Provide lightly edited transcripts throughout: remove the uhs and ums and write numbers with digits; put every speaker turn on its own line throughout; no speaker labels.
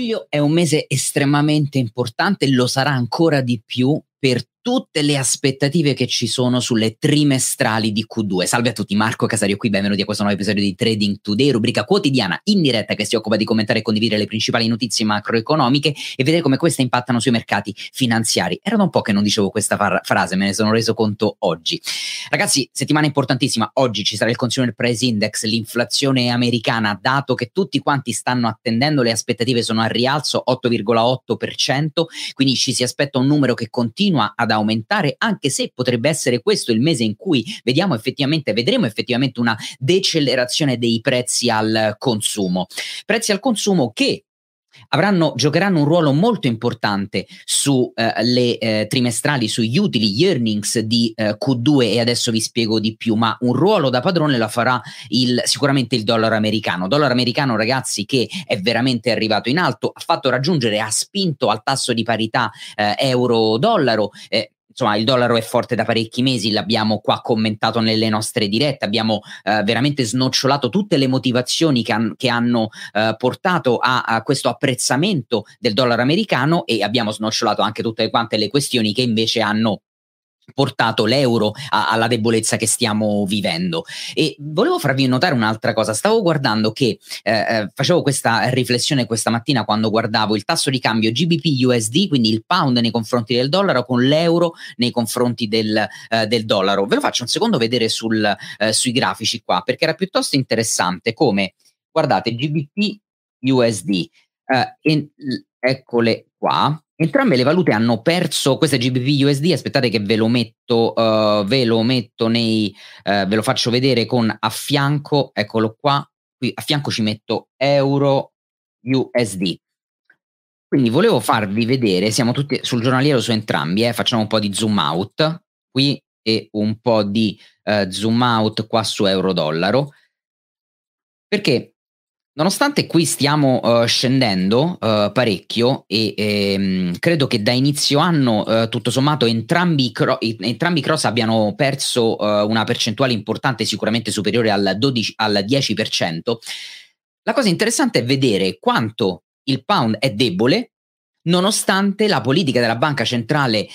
Luglio è un mese estremamente importante, lo sarà ancora di più per tutte le aspettative che ci sono sulle trimestrali di Q2. Salve a tutti, Marco Casario qui, benvenuti a questo nuovo episodio di Trading Today, rubrica quotidiana in diretta che si occupa di commentare e condividere le principali notizie macroeconomiche e vedere come queste impattano sui mercati finanziari. Era da un po' che non dicevo questa frase, me ne sono reso conto oggi. Ragazzi, settimana importantissima, oggi ci sarà il Consumer Price Index, l'inflazione americana, dato che tutti quanti stanno attendendo, le aspettative sono al rialzo, 8,8%, quindi ci si aspetta un numero che continua ad aumentare, anche se potrebbe essere questo il mese in cui vedremo effettivamente una decelerazione dei prezzi al consumo che giocheranno un ruolo molto importante su le trimestrali, sugli utili, gli earnings di Q2, e adesso vi spiego di più, ma un ruolo da padrone lo farà sicuramente il dollaro americano, ragazzi, che è veramente arrivato in alto, ha spinto al tasso di parità euro-dollaro. Insomma, il dollaro è forte da parecchi mesi, l'abbiamo qua commentato nelle nostre dirette, abbiamo veramente snocciolato tutte le motivazioni che hanno portato a questo apprezzamento del dollaro americano, e abbiamo snocciolato anche tutte quante le questioni che invece hanno portato l'euro alla debolezza che stiamo vivendo. E volevo farvi notare un'altra cosa. Stavo guardando che facevo questa riflessione questa mattina quando guardavo il tasso di cambio GBP USD, quindi il pound nei confronti del dollaro con l'euro nei confronti del dollaro. Ve lo faccio un secondo vedere sui grafici qua, perché era piuttosto interessante come, guardate, GBP USD, eccole qua. Entrambe le valute hanno perso, questa è GBP USD, aspettate che ve lo faccio vedere con a fianco, eccolo qua, qui a fianco ci metto euro USD. Quindi volevo farvi vedere, siamo tutti sul giornaliero su entrambi, facciamo un po' di zoom out qui e un po' di zoom out qua su euro dollaro, perché nonostante qui stiamo scendendo parecchio e credo che da inizio anno tutto sommato entrambi i cross abbiano perso una percentuale importante, sicuramente superiore al 10%, la cosa interessante è vedere quanto il pound è debole nonostante la politica della banca centrale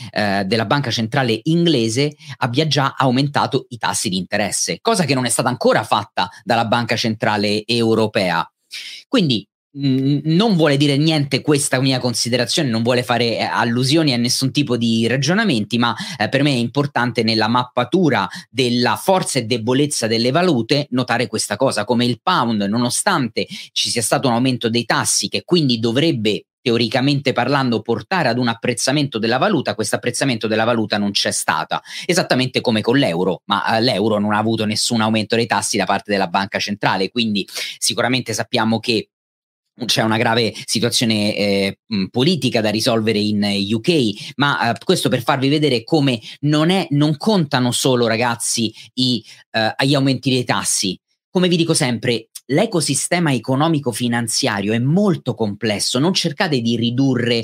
inglese abbia già aumentato i tassi di interesse, cosa che non è stata ancora fatta dalla banca centrale europea. Quindi non vuole dire niente questa mia considerazione, non vuole fare allusioni a nessun tipo di ragionamenti, ma per me è importante nella mappatura della forza e debolezza delle valute notare questa cosa, come il pound, nonostante ci sia stato un aumento dei tassi che quindi dovrebbe, teoricamente parlando, portare ad un apprezzamento della valuta, questo apprezzamento della valuta non c'è stata, esattamente come con l'euro, ma l'euro non ha avuto nessun aumento dei tassi da parte della banca centrale, quindi sicuramente sappiamo che c'è una grave situazione politica da risolvere in UK, ma questo per farvi vedere come non contano solo, ragazzi, gli aumenti dei tassi. Come vi dico sempre, l'ecosistema economico-finanziario è molto complesso, non cercate di ridurre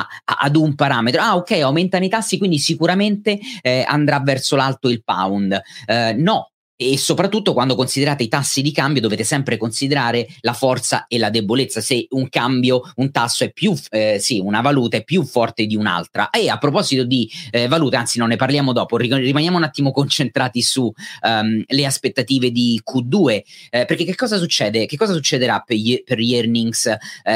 ad un parametro. Ok, aumentano i tassi, quindi sicuramente andrà verso l'alto il pound. No. E soprattutto quando considerate i tassi di cambio dovete sempre considerare la forza e la debolezza, se un tasso è più una valuta è più forte di un'altra. E a proposito di valute, anzi non ne parliamo dopo, rimaniamo un attimo concentrati su le aspettative di Q2, perché che cosa succede? Che cosa succederà per gli earnings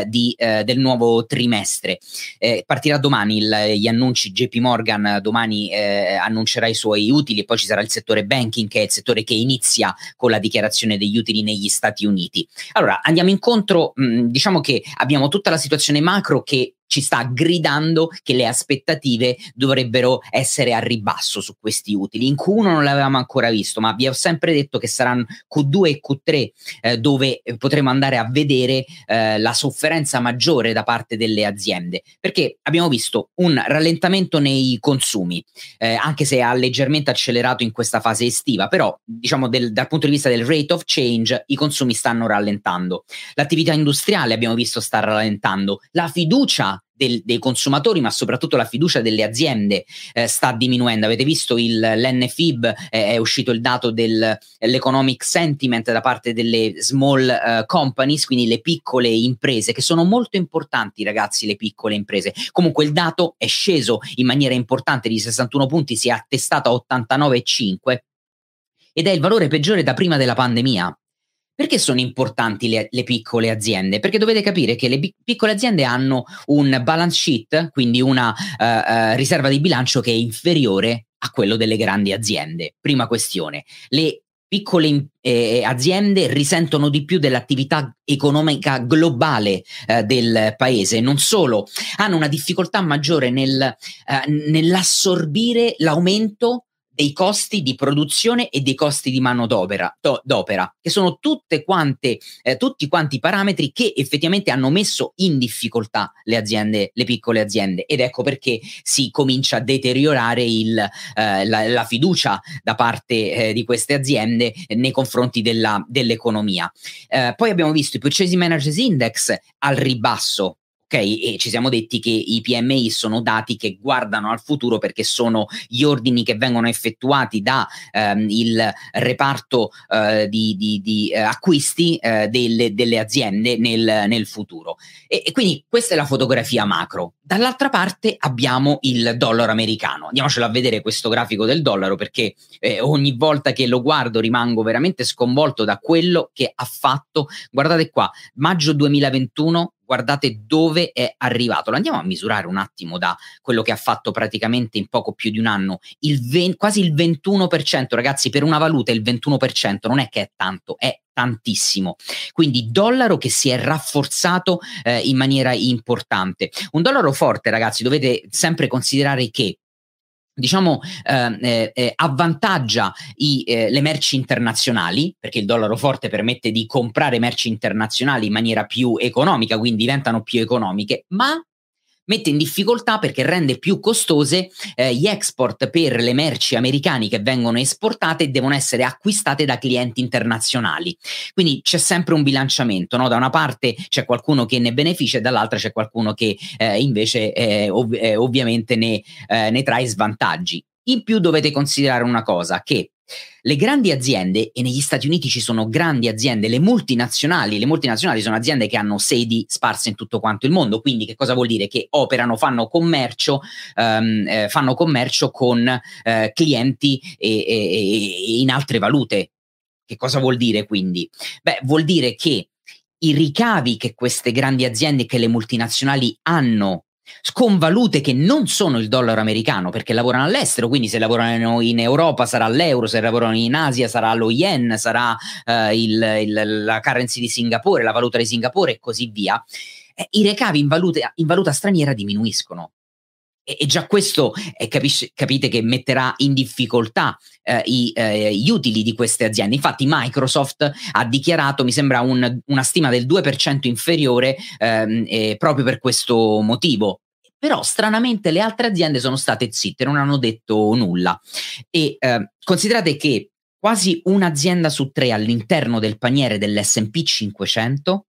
del nuovo trimestre? Partirà domani gli annunci, JP Morgan domani annuncerà i suoi utili, e poi ci sarà il settore banking, che è il settore che inizia con la dichiarazione degli utili negli Stati Uniti. Allora andiamo incontro, diciamo che abbiamo tutta la situazione macro che ci sta gridando che le aspettative dovrebbero essere a ribasso su questi utili. In Q1 non l'avevamo ancora visto, ma vi ho sempre detto che saranno Q2 e Q3 dove potremo andare a vedere la sofferenza maggiore da parte delle aziende, perché abbiamo visto un rallentamento nei consumi, anche se ha leggermente accelerato in questa fase estiva, però diciamo dal punto di vista del rate of change i consumi stanno rallentando. L'attività industriale abbiamo visto sta rallentando, la fiducia dei consumatori, ma soprattutto la fiducia delle aziende sta diminuendo. Avete visto l'NFIB, è uscito il dato dell'economic sentiment da parte delle small companies, quindi le piccole imprese, che sono molto importanti, ragazzi, le piccole imprese. Comunque il dato è sceso in maniera importante, di 61 punti si è attestato a 89,5 ed è il valore peggiore da prima della pandemia. Perché sono importanti le piccole aziende? Perché dovete capire che le piccole aziende hanno un balance sheet, quindi una riserva di bilancio che è inferiore a quello delle grandi aziende. Prima questione. Le piccole aziende risentono di più dell'attività economica globale del paese. Non solo, hanno una difficoltà maggiore nell'assorbire l'aumento dei costi di produzione e dei costi di manodopera, che sono tutti quanti parametri che effettivamente hanno messo in difficoltà le piccole aziende, ed ecco perché si comincia a deteriorare la fiducia da parte di queste aziende nei confronti dell'economia. Poi abbiamo visto i Purchasing Managers Index al ribasso. E ci siamo detti che i PMI sono dati che guardano al futuro, perché sono gli ordini che vengono effettuati da il reparto di acquisti delle aziende nel futuro. E quindi questa è la fotografia macro. Dall'altra parte abbiamo il dollaro americano. Andiamocelo a vedere questo grafico del dollaro, perché ogni volta che lo guardo rimango veramente sconvolto da quello che ha fatto. Guardate qua, maggio 2021, guardate dove è arrivato. Lo andiamo a misurare un attimo da quello che ha fatto praticamente in poco più di un anno. Quasi il 21%, ragazzi, per una valuta il 21% non è che è tanto, è tantissimo. Quindi dollaro che si è rafforzato in maniera importante. Un dollaro forte, ragazzi, dovete sempre considerare che avvantaggia le merci internazionali, perché il dollaro forte permette di comprare merci internazionali in maniera più economica, quindi diventano più economiche, ma mette in difficoltà perché rende più costose gli export per le merci americane che vengono esportate e devono essere acquistate da clienti internazionali. Quindi c'è sempre un bilanciamento, no? Da una parte c'è qualcuno che ne beneficia e dall'altra c'è qualcuno che invece ovviamente ne trae svantaggi. In più dovete considerare una cosa, che le grandi aziende, e negli Stati Uniti ci sono grandi aziende, le multinazionali sono aziende che hanno sedi sparse in tutto quanto il mondo. Quindi che cosa vuol dire? Che fanno commercio con clienti e in altre valute. Che cosa vuol dire quindi? Beh, vuol dire che i ricavi che queste grandi aziende, che le multinazionali hanno con valute che non sono il dollaro americano, perché lavorano all'estero, quindi se lavorano in Europa sarà l'euro, se lavorano in Asia sarà lo yen, sarà la currency di Singapore, la valuta di Singapore e così via, i ricavi in valuta straniera diminuiscono. E già questo capite che metterà in difficoltà gli utili di queste aziende. Infatti Microsoft ha dichiarato, mi sembra, una stima del 2% inferiore proprio per questo motivo. Però stranamente le altre aziende sono state zitte, non hanno detto nulla. E considerate che quasi un'azienda su 3 all'interno del paniere dell'S&P 500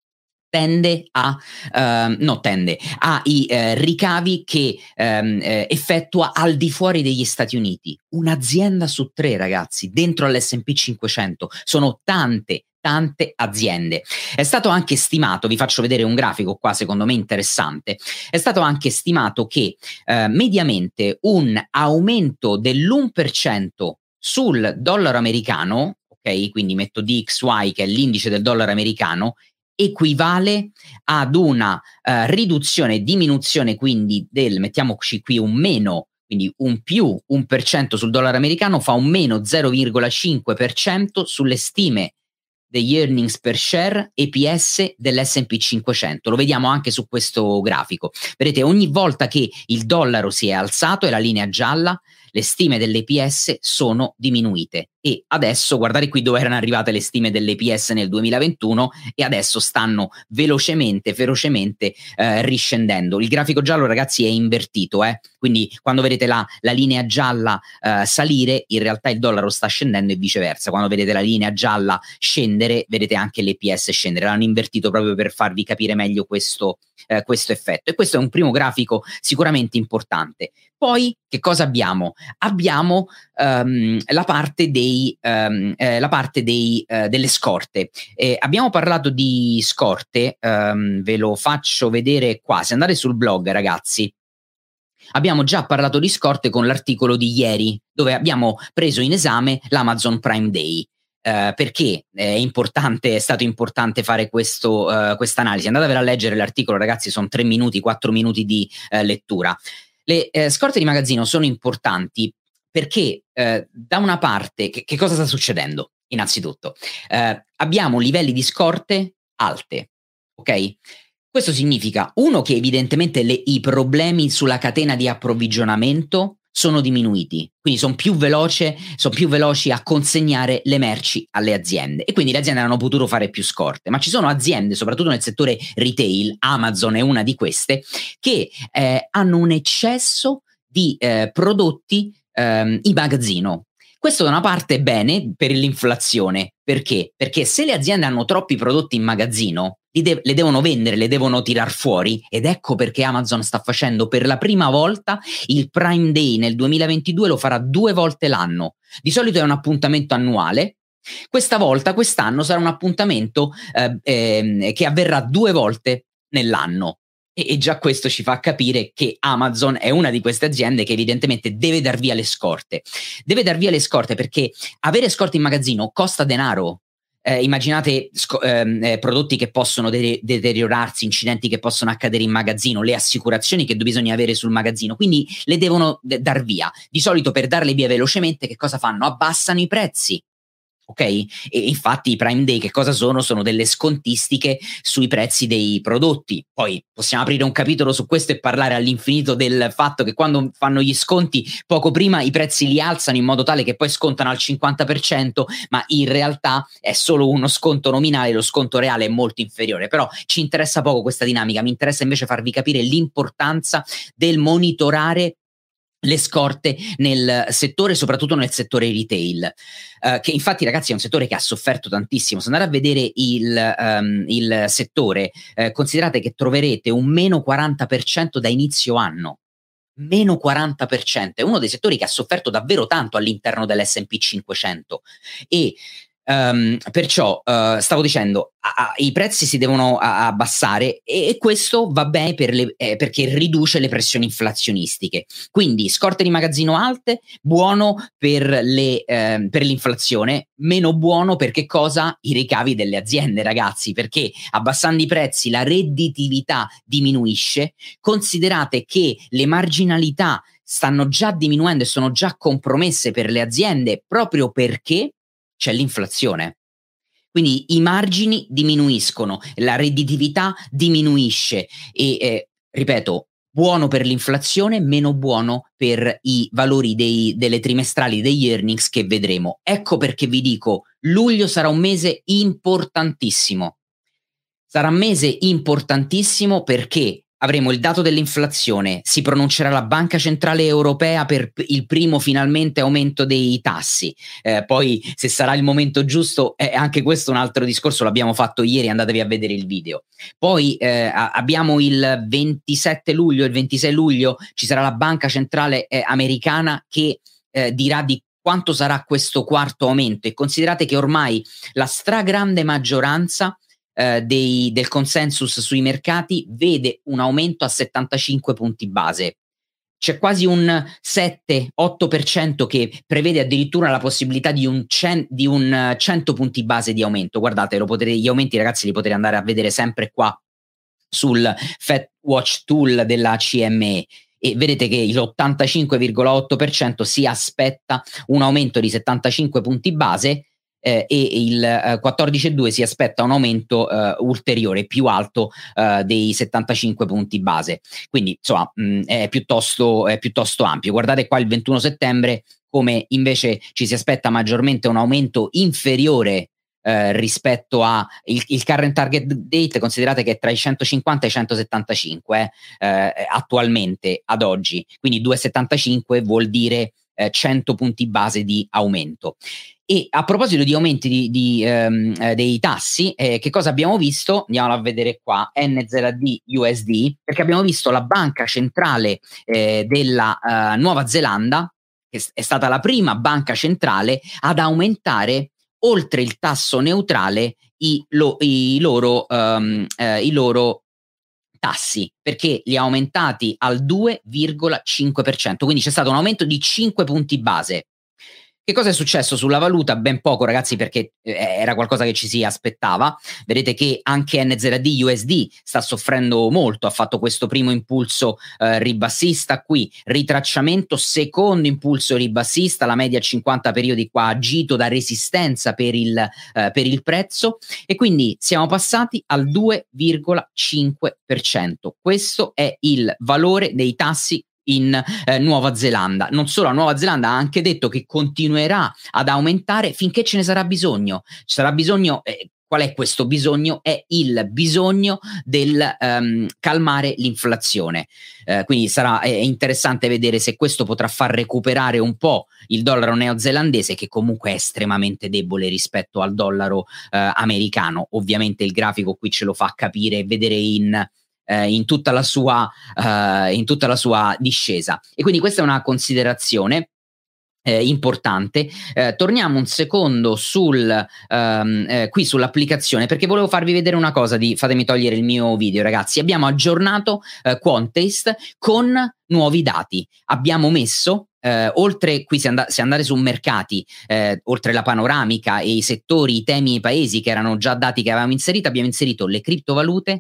ha i ricavi che effettua al di fuori degli Stati Uniti. Un'azienda su 3, ragazzi, dentro all'S&P 500. Sono tante aziende. È stato anche stimato, vi faccio vedere un grafico qua secondo me interessante, è stato anche stimato che mediamente un aumento dell'1% sul dollaro americano, ok? Quindi metto DXY, che è l'indice del dollaro americano, equivale ad una diminuzione quindi mettiamoci qui un meno, quindi un più 1% sul dollaro americano fa un meno 0,5% sulle stime degli earnings per share EPS dell'S&P 500. Lo vediamo anche su questo grafico. Vedete, ogni volta che il dollaro si è alzato, è la linea gialla, le stime dell'EPS sono diminuite. e adesso guardate qui dove erano arrivate le stime dell'EPS nel 2021 e adesso stanno velocemente, ferocemente riscendendo. Il grafico giallo, ragazzi, è invertito, quindi quando vedete la linea gialla salire, in realtà il dollaro sta scendendo e viceversa. Quando vedete la linea gialla scendere, vedete anche l'EPS scendere. L'hanno invertito proprio per farvi capire meglio questo effetto, e questo è un primo grafico sicuramente importante. Poi che cosa abbiamo? Abbiamo la parte delle scorte. Abbiamo parlato di scorte, ve lo faccio vedere qua. Se andate sul blog, ragazzi, abbiamo già parlato di scorte con l'articolo di ieri, dove abbiamo preso in esame l'Amazon Prime Day. Perché è stato importante fare questa analisi. Andatevela a leggere l'articolo, ragazzi, sono 3 minuti, 4 minuti di lettura. Le scorte di magazzino sono importanti perché da una parte che cosa sta succedendo? Innanzitutto abbiamo livelli di scorte alte, ok? Questo significa, uno, che evidentemente i problemi sulla catena di approvvigionamento sono diminuiti, quindi sono più veloci a consegnare le merci alle aziende, e quindi le aziende hanno potuto fare più scorte. Ma ci sono aziende, soprattutto nel settore retail, Amazon è una di queste, che hanno un eccesso di prodotti in magazzino. Questo da una parte è bene per l'inflazione. Perché? Perché se le aziende hanno troppi prodotti in magazzino, le devono vendere, le devono tirar fuori, ed ecco perché Amazon sta facendo per la prima volta il Prime Day nel 2022, lo farà 2 volte l'anno. Di solito è un appuntamento annuale. Quest'anno sarà un appuntamento che avverrà 2 volte nell'anno. E già questo ci fa capire che Amazon è una di queste aziende che evidentemente deve dar via le scorte. Deve dar via le scorte perché avere scorte in magazzino costa denaro. Immaginate prodotti che possono deteriorarsi, incidenti che possono accadere in magazzino, le assicurazioni che bisogna avere sul magazzino, quindi le devono dar via. Di solito, per darle via velocemente, che cosa fanno? Abbassano i prezzi. Ok? E infatti i Prime Day che cosa sono? Sono delle scontistiche sui prezzi dei prodotti. Poi possiamo aprire un capitolo su questo e parlare all'infinito del fatto che quando fanno gli sconti poco prima i prezzi li alzano in modo tale che poi scontano al 50%, ma in realtà è solo uno sconto nominale, lo sconto reale è molto inferiore. Però ci interessa poco questa dinamica, mi interessa invece farvi capire l'importanza del monitorare le scorte nel settore, soprattutto nel settore retail, che infatti, ragazzi, è un settore che ha sofferto tantissimo. Se andate a vedere il settore, considerate che troverete un meno 40% da inizio anno. Meno 40%, è uno dei settori che ha sofferto davvero tanto all'interno dell'S&P 500, e perciò stavo dicendo i prezzi si devono abbassare, e questo va bene perché riduce le pressioni inflazionistiche. Quindi scorte di magazzino alte, buono per l'inflazione, meno buono per che cosa? I ricavi delle aziende, ragazzi, perché abbassando i prezzi la redditività diminuisce. Considerate che le marginalità stanno già diminuendo e sono già compromesse per le aziende proprio perché c'è l'inflazione. Quindi i margini diminuiscono, la redditività diminuisce e ripeto, buono per l'inflazione, meno buono per i valori delle trimestrali degli earnings che vedremo. Ecco perché vi dico, luglio sarà un mese importantissimo. Sarà un mese importantissimo perché avremo il dato dell'inflazione, si pronuncerà la Banca Centrale Europea per il primo finalmente aumento dei tassi, poi se sarà il momento giusto, anche questo è un altro discorso, l'abbiamo fatto ieri, andatevi a vedere il video. Poi abbiamo il 27 luglio, il 26 luglio ci sarà la Banca Centrale americana che dirà di quanto sarà questo quarto aumento, e considerate che ormai la stragrande maggioranza del consensus sui mercati vede un aumento a 75 punti base. C'è quasi un 7-8% che prevede addirittura la possibilità di un 100 punti base di aumento. Guardate, gli aumenti, ragazzi, li potete andare a vedere sempre qua sul Fed Watch Tool della CME, e vedete che l'85,8% si aspetta un aumento di 75 punti base, e il 14,2 si aspetta un aumento ulteriore più alto dei 75 punti base. Quindi insomma è piuttosto ampio. Guardate qua il 21 settembre come invece ci si aspetta maggiormente un aumento inferiore rispetto a il current target date. Considerate che è tra i 150 e i 175 attualmente ad oggi, quindi 2,75 vuol dire 100 punti base di aumento. E a proposito di aumenti dei tassi, che cosa abbiamo visto? Andiamo a vedere qua, NZD USD, perché abbiamo visto la banca centrale della Nuova Zelanda, che è stata la prima banca centrale ad aumentare oltre il tasso neutrale i loro tassi, perché li ha aumentati al 2,5%, quindi c'è stato un aumento di 5 punti base. Che cosa è successo sulla valuta? Ben poco, ragazzi, perché era qualcosa che ci si aspettava. Vedete che anche NZD USD sta soffrendo molto, ha fatto questo primo impulso ribassista qui, ritracciamento, secondo impulso ribassista, la media 50 periodi qua ha agito da resistenza per il prezzo, e quindi siamo passati al 2,5%. Questo è il valore dei tassi in Nuova Zelanda. Non solo, la Nuova Zelanda ha anche detto che continuerà ad aumentare finché ce ne sarà bisogno. Ci sarà bisogno. Qual è questo bisogno? È il bisogno del calmare l'inflazione. Quindi sarà interessante vedere se questo potrà far recuperare un po' il dollaro neozelandese, che comunque è estremamente debole rispetto al dollaro americano. Ovviamente il grafico qui ce lo fa capire e vedere in tutta la sua discesa. E quindi questa è una considerazione importante. Torniamo un secondo qui sull'applicazione, perché volevo farvi vedere una cosa. Fatemi togliere il mio video, ragazzi. Abbiamo aggiornato Quantest con nuovi dati. Abbiamo messo oltre qui, se andare su mercati, oltre la panoramica e i settori, i temi e i paesi che erano già dati che avevamo inserito, abbiamo inserito le criptovalute,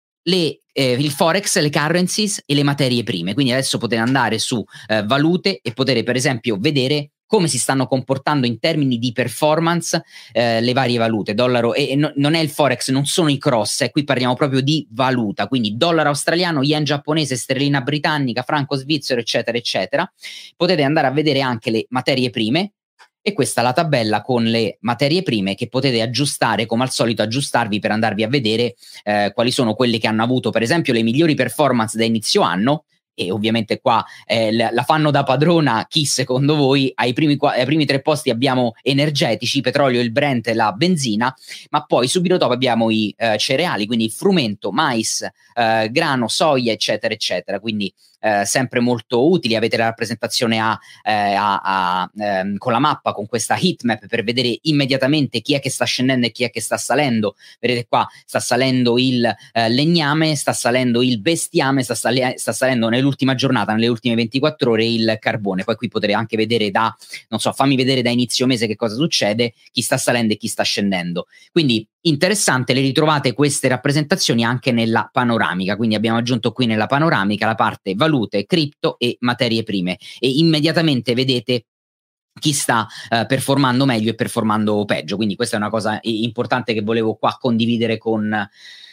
il forex, le currencies e le materie prime. Quindi adesso potete andare su valute e potete per esempio vedere come si stanno comportando in termini di performance le varie valute. Dollaro non è il forex, non sono i cross, qui parliamo proprio di valuta, quindi dollaro australiano, yen giapponese, sterlina britannica, franco svizzero, eccetera eccetera. Potete andare a vedere anche le materie prime, e questa è la tabella con le materie prime che potete aggiustare, come al solito aggiustarvi per andarvi a vedere quali sono quelle che hanno avuto per esempio le migliori performance da inizio anno. E ovviamente qua la fanno da padrona chi secondo voi. Ai primi 3 posti abbiamo energetici, petrolio, il Brent e la benzina, ma poi subito dopo abbiamo i cereali, quindi frumento, mais, grano, soia, eccetera eccetera. Quindi sempre molto utili. Avete la rappresentazione con la mappa, con questa heatmap, per vedere immediatamente chi è che sta scendendo e chi è che sta salendo. Vedete qua sta salendo il legname, sta salendo il bestiame, sta salendo nell'ultima giornata, nelle ultime 24 ore, il carbone. Poi qui potrete anche vedere fammi vedere da inizio mese che cosa succede, chi sta salendo e chi sta scendendo. Quindi interessante, le ritrovate queste rappresentazioni anche nella panoramica. Quindi abbiamo aggiunto qui nella panoramica la parte valute, cripto e materie prime, e immediatamente vedete chi sta performando meglio e performando peggio. Quindi questa è una cosa importante che volevo qua condividere con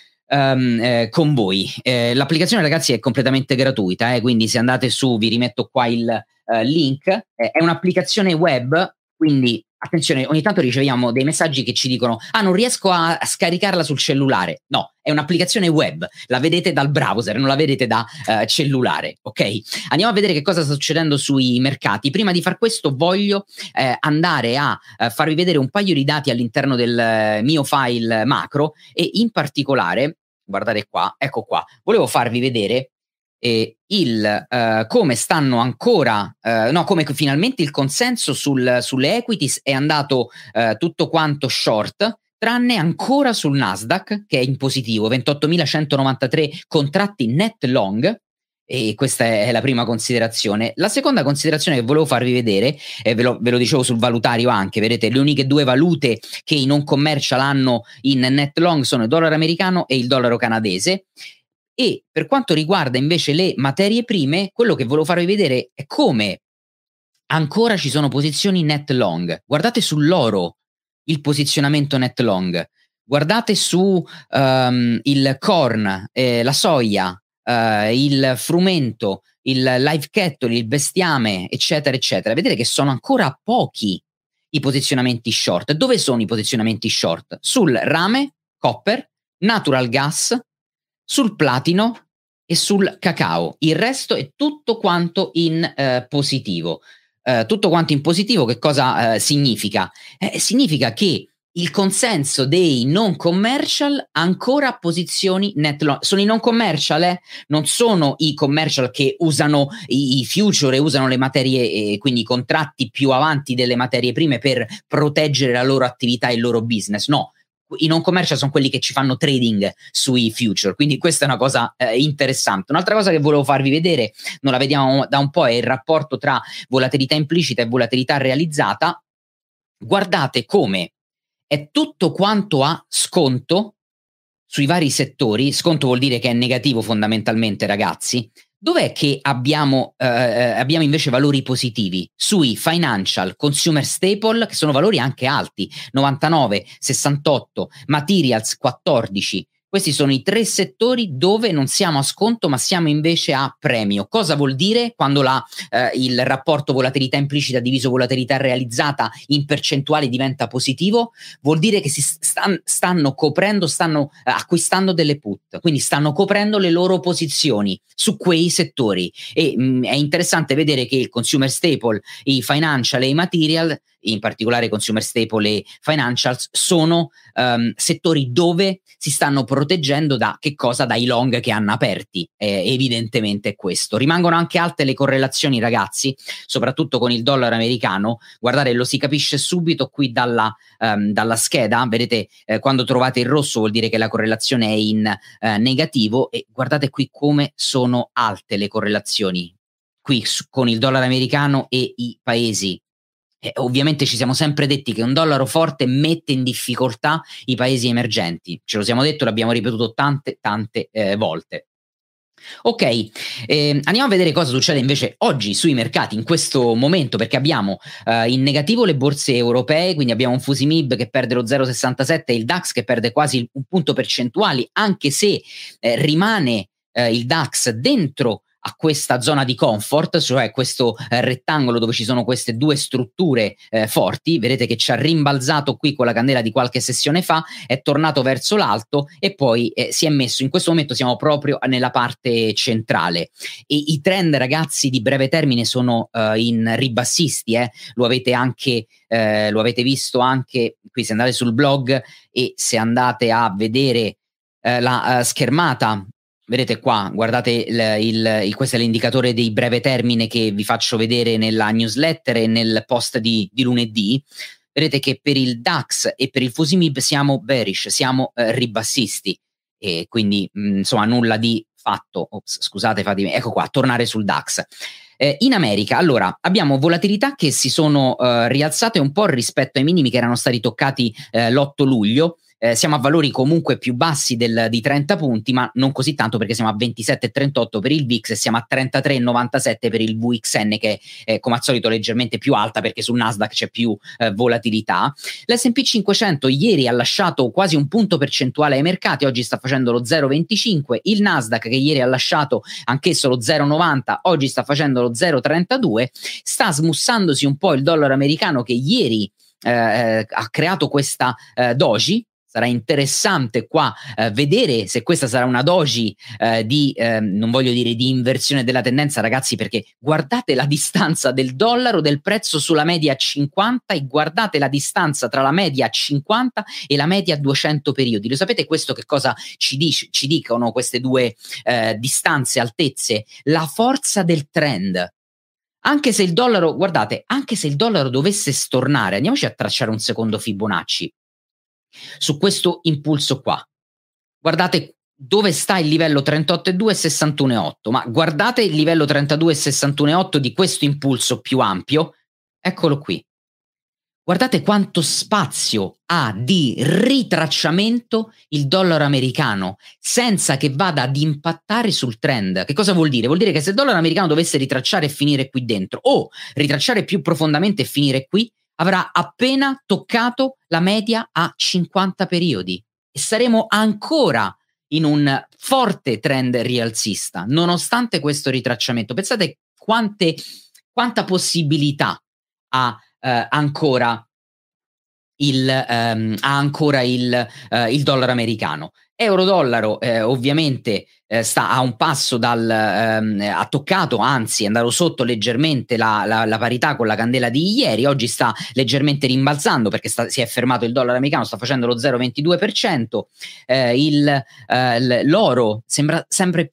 voi. L'applicazione, ragazzi, è completamente gratuita, quindi se andate su, vi rimetto qua il link. È un'applicazione web, quindi attenzione, ogni tanto riceviamo dei messaggi che ci dicono: non riesco a scaricarla sul cellulare. No, è un'applicazione web, la vedete dal browser, non la vedete da cellulare, ok? Andiamo a vedere che cosa sta succedendo sui mercati. Prima di far questo voglio andare a farvi vedere un paio di dati all'interno del mio file macro, e in particolare, guardate qua, ecco qua, volevo farvi vedere come stanno ancora, come finalmente il consenso sulle equities è andato tutto quanto short, tranne ancora sul Nasdaq, che è in positivo, 28.193 contratti net long. E questa è la prima considerazione. La seconda considerazione che volevo farvi vedere, e ve lo dicevo sul valutario anche, vedete le uniche due valute che i non commercial hanno in net long sono il dollaro americano e il dollaro canadese. E per quanto riguarda invece le materie prime, quello che volevo farvi vedere è come ancora ci sono posizioni net long. Guardate sull'oro il posizionamento net long, guardate su il corn, la soia, il frumento, il live cattle, il bestiame, eccetera, eccetera, vedete che sono ancora pochi i posizionamenti short. Dove sono i posizionamenti short? Sul rame, copper, natural gas, sul platino e sul cacao. Il resto è tutto quanto in positivo. Tutto quanto in positivo che cosa significa? Significa che il consenso dei non commercial ancora posizioni net long. Sono i non commercial, non sono i commercial che usano i future e usano le materie, quindi i contratti più avanti delle materie prime per proteggere la loro attività e il loro business. No, i non commercial sono quelli che ci fanno trading sui future, quindi questa è una cosa interessante. Un'altra cosa che volevo farvi vedere, non la vediamo da un po', è il rapporto tra volatilità implicita e volatilità realizzata. Guardate come è tutto quanto a sconto sui vari settori. Sconto vuol dire che è negativo fondamentalmente, ragazzi. Dov'è che abbiamo invece valori positivi? Sui financial, consumer staple, che sono valori anche alti, 99, 68, materials 14. Questi sono i 3 settori dove non siamo a sconto ma siamo invece a premio. Cosa vuol dire quando il rapporto volatilità implicita diviso volatilità realizzata in percentuali diventa positivo? Vuol dire che si stanno coprendo, stanno acquistando delle put, quindi stanno coprendo le loro posizioni su quei settori. E è interessante vedere che il consumer staple, i financial e i material, in particolare consumer staple e financials, sono settori dove si stanno proteggendo da che cosa? Dai long che hanno aperti, evidentemente è questo. Rimangono anche alte le correlazioni, ragazzi, soprattutto con il dollaro americano. Guardate, lo si capisce subito qui dalla scheda, vedete, quando trovate il rosso vuol dire che la correlazione è in negativo, e guardate qui come sono alte le correlazioni qui con il dollaro americano e i paesi. Ovviamente ci siamo sempre detti che un dollaro forte mette in difficoltà i paesi emergenti, ce lo siamo detto, l'abbiamo ripetuto tante volte. Ok, andiamo a vedere cosa succede invece oggi sui mercati in questo momento, perché abbiamo in negativo le borse europee, quindi abbiamo un FTSE/MIB che perde lo 0,67 e il DAX che perde quasi un punto percentuale, anche se rimane il DAX dentro a questa zona di comfort, cioè questo rettangolo dove ci sono queste due strutture forti. Vedete che ci ha rimbalzato qui con la candela di qualche sessione fa, è tornato verso l'alto e poi si è messo, in questo momento siamo proprio nella parte centrale, e i trend, ragazzi, di breve termine sono in ribassisti, lo avete visto anche qui se andate sul blog e se andate a vedere la schermata. Vedete qua, guardate, questo è l'indicatore dei breve termine che vi faccio vedere nella newsletter e nel post di lunedì. Vedete che per il DAX e per il FTSE/MIB siamo bearish, siamo ribassisti, e quindi insomma nulla di fatto. Ops, scusate, fatemi, ecco qua, tornare sul DAX. In America, allora, abbiamo volatilità che si sono rialzate un po' rispetto ai minimi che erano stati toccati l'8 luglio. Siamo a valori comunque più bassi di 30 punti, ma non così tanto, perché siamo a 27,38 per il VIX e siamo a 33,97 per il VXN, che è come al solito leggermente più alta perché sul Nasdaq c'è più volatilità. L'S&P 500 ieri ha lasciato quasi un punto percentuale ai mercati, oggi sta facendo lo 0,25. Il Nasdaq, che ieri ha lasciato anch'esso lo 0,90, oggi sta facendo lo 0,32. Sta smussandosi un po' il dollaro americano, che ieri ha creato questa doji. Sarà interessante qua vedere se questa sarà una doji non voglio dire di inversione della tendenza, ragazzi, perché guardate la distanza del dollaro, del prezzo sulla media a 50, e guardate la distanza tra la media a 50 e la media a 200 periodi. Lo sapete questo che cosa ci dicono queste due distanze, altezze? La forza del trend. Anche se il dollaro, guardate, anche se il dollaro dovesse stornare, andiamoci a tracciare un secondo Fibonacci su questo impulso qua. Guardate dove sta il livello 38,2 e 61,8, ma guardate il livello 32 e 61,8 di questo impulso più ampio, eccolo qui. Guardate quanto spazio ha di ritracciamento il dollaro americano senza che vada ad impattare sul trend. Che cosa vuol dire? Vuol dire che se il dollaro americano dovesse ritracciare e finire qui dentro, o ritracciare più profondamente e finire qui, avrà appena toccato la media a 50 periodi e saremo ancora in un forte trend rialzista, nonostante questo ritracciamento. Pensate quanta possibilità ha ancora il dollaro americano. Euro-dollaro ovviamente sta a un passo ha toccato, anzi è andato sotto leggermente la parità con la candela di ieri. Oggi sta leggermente rimbalzando perché si è fermato il dollaro americano, sta facendo lo 0,22%. L'oro sembra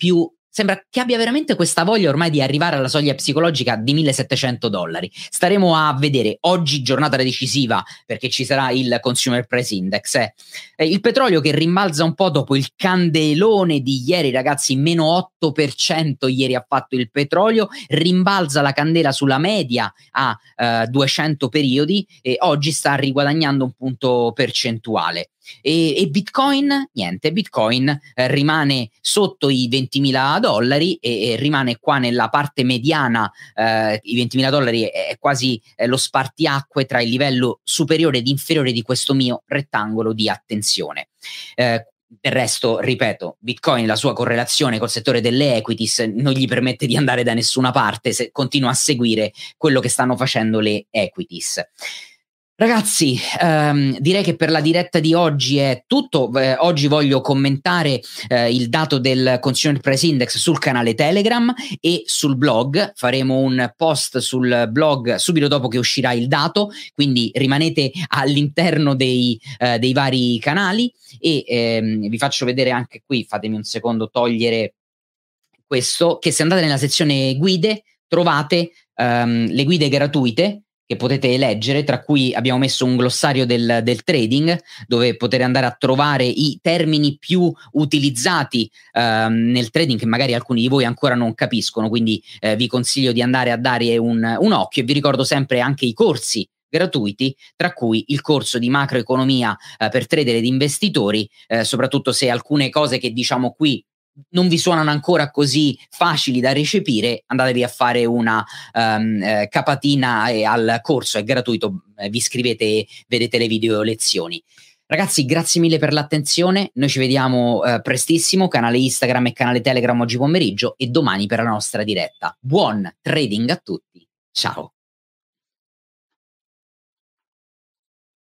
che abbia veramente questa voglia ormai di arrivare alla soglia psicologica di $1.700. Staremo a vedere. Oggi giornata decisiva perché ci sarà il Consumer Price Index. Il petrolio che rimbalza un po' dopo il candelone di ieri, ragazzi, meno 8% ieri ha fatto il petrolio, rimbalza la candela sulla media a 200 periodi e oggi sta riguadagnando un punto percentuale. E Bitcoin, niente, Bitcoin rimane sotto i $20.000 e rimane qua nella parte mediana. I $20.000 è quasi lo spartiacque tra il livello superiore ed inferiore di questo mio rettangolo di attenzione. Del resto, ripeto, Bitcoin, la sua correlazione col settore delle equities non gli permette di andare da nessuna parte se continua a seguire quello che stanno facendo le equities. Ragazzi, direi che per la diretta di oggi è tutto. Oggi voglio commentare il dato del Consumer Price Index sul canale Telegram e sul blog. Faremo un post sul blog subito dopo che uscirà il dato, quindi rimanete all'interno dei vari canali e vi faccio vedere anche qui. Fatemi un secondo togliere questo, che se andate nella sezione guide trovate le guide gratuite che potete leggere, tra cui abbiamo messo un glossario del trading, dove potete andare a trovare i termini più utilizzati nel trading, che magari alcuni di voi ancora non capiscono, quindi vi consiglio di andare a dare un occhio. E vi ricordo sempre anche i corsi gratuiti, tra cui il corso di macroeconomia per trader ed investitori, soprattutto se alcune cose che diciamo qui non vi suonano ancora così facili da recepire, andatevi a fare una capatina al corso, è gratuito, vi iscrivete e vedete le video lezioni. Ragazzi, grazie mille per l'attenzione, noi ci vediamo prestissimo, canale Instagram e canale Telegram oggi pomeriggio e domani per la nostra diretta. Buon trading a tutti, ciao!